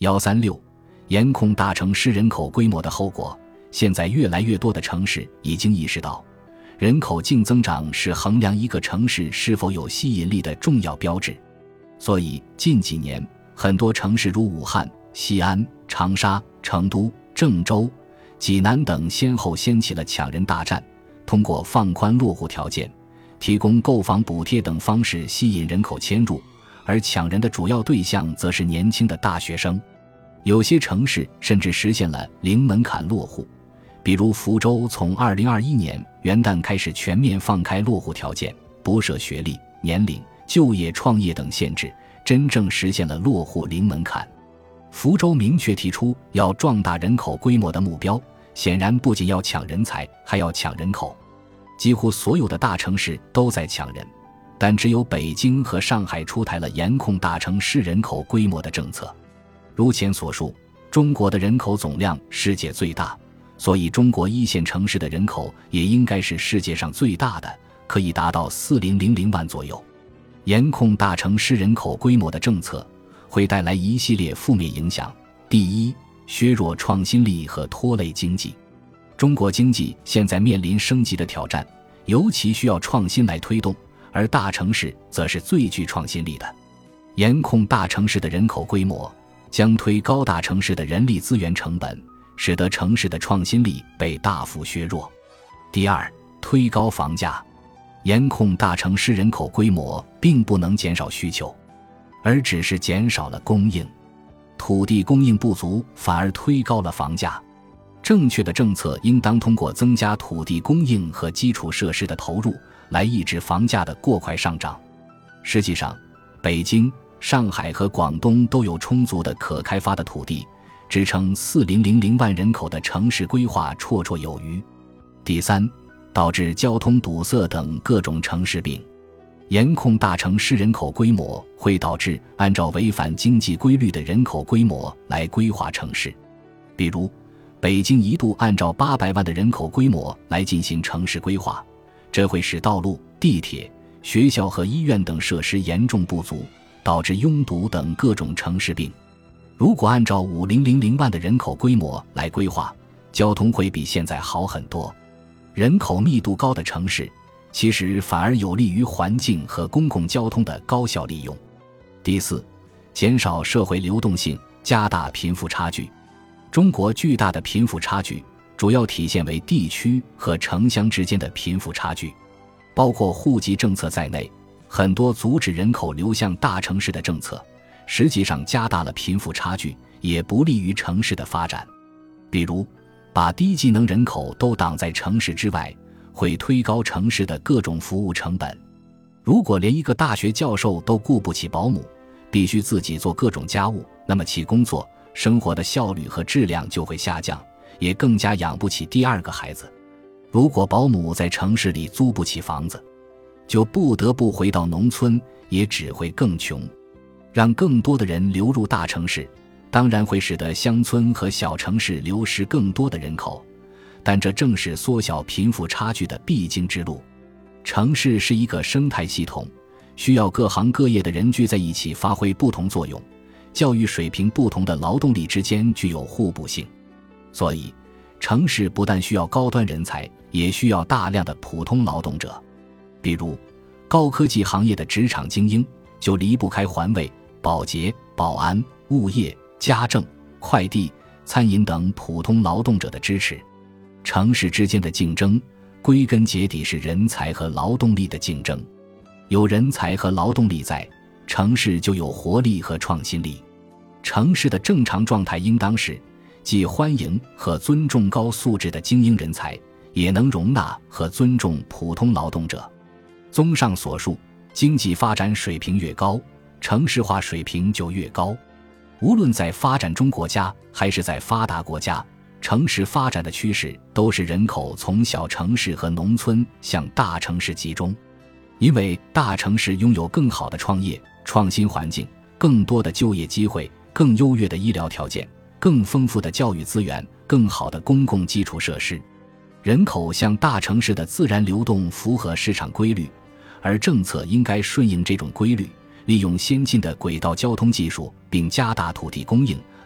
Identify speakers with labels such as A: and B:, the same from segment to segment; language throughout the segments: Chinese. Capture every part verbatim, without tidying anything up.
A: 一三六严控大城市人口规模的后果。现在越来越多的城市已经意识到，人口净增长是衡量一个城市是否有吸引力的重要标志。所以近几年，很多城市如武汉、西安、长沙、成都、郑州、济南等先后掀起了抢人大战，通过放宽落户条件、提供购房补贴等方式吸引人口迁入，而抢人的主要对象则是年轻的大学生。有些城市甚至实现了零门槛落户，比如福州从二零二一年元旦开始全面放开落户条件，不设学历、年龄、就业、创业等限制，真正实现了落户零门槛。福州明确提出要壮大人口规模的目标，显然不仅要抢人才，还要抢人口。几乎所有的大城市都在抢人，但只有北京和上海出台了严控大城市人口规模的政策。如前所述，中国的人口总量世界最大，所以中国一线城市的人口也应该是世界上最大的，可以达到四千万左右。严控大城市人口规模的政策会带来一系列负面影响。第一，削弱创新力和拖累经济。中国经济现在面临升级的挑战，尤其需要创新来推动，而大城市则是最具创新力的。严控大城市的人口规模，将推高大城市的人力资源成本，使得城市的创新力被大幅削弱。第二，推高房价。严控大城市人口规模并不能减少需求，而只是减少了供应，土地供应不足反而推高了房价。正确的政策应当通过增加土地供应和基础设施的投入来抑制房价的过快上涨。实际上，北京、上海和广东都有充足的可开发的土地，支撑四千万人口的城市规划绰绰有余。第三，导致交通堵塞等各种城市病。严控大城市人口规模会导致按照违反经济规律的人口规模来规划城市。比如，北京一度按照八百万的人口规模来进行城市规划，这会使道路、地铁、学校和医院等设施严重不足，导致拥堵等各种城市病。如果按照五千万的人口规模来规划，交通会比现在好很多。人口密度高的城市其实反而有利于环境和公共交通的高效利用。第四，减少社会流动性，加大贫富差距。中国巨大的贫富差距主要体现为地区和城乡之间的贫富差距，包括户籍政策在内，很多阻止人口流向大城市的政策实际上加大了贫富差距，也不利于城市的发展。比如，把低技能人口都挡在城市之外，会推高城市的各种服务成本。如果连一个大学教授都雇不起保姆，必须自己做各种家务，那么其工作生活的效率和质量就会下降，也更加养不起第二个孩子。如果保姆在城市里租不起房子，就不得不回到农村，也只会更穷。让更多的人流入大城市，当然会使得乡村和小城市流失更多的人口，但这正是缩小贫富差距的必经之路。城市是一个生态系统，需要各行各业的人聚在一起发挥不同作用，教育水平不同的劳动力之间具有互补性。所以，城市不但需要高端人才，也需要大量的普通劳动者。比如，高科技行业的职场精英就离不开环卫、保洁、保安、物业、家政、快递、餐饮等普通劳动者的支持。城市之间的竞争，归根结底是人才和劳动力的竞争。有人才和劳动力在，城市就有活力和创新力。城市的正常状态应当是，既欢迎和尊重高素质的精英人才，也能容纳和尊重普通劳动者。综上所述，经济发展水平越高，城市化水平就越高。无论在发展中国家还是在发达国家，城市发展的趋势都是人口从小城市和农村向大城市集中。因为大城市拥有更好的创业、创新环境，更多的就业机会，更优越的医疗条件，更丰富的教育资源，更好的公共基础设施。人口向大城市的自然流动符合市场规律，而政策应该顺应这种规律，利用先进的轨道交通技术，并加大土地供应，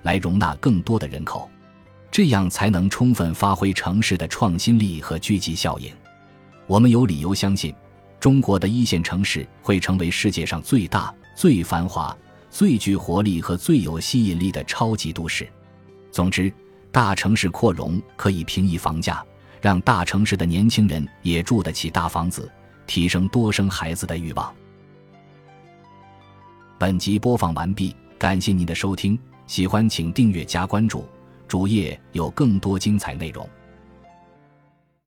A: 来容纳更多的人口，这样才能充分发挥城市的创新力和聚集效应。我们有理由相信，中国的一线城市会成为世界上最大、最繁华、最具活力和最有吸引力的超级都市。总之，大城市扩容可以平抑房价，让大城市的年轻人也住得起大房子，提升多生孩子的欲望。本集播放完毕，感谢您的收听，喜欢请订阅加关注，主页有更多精彩内容。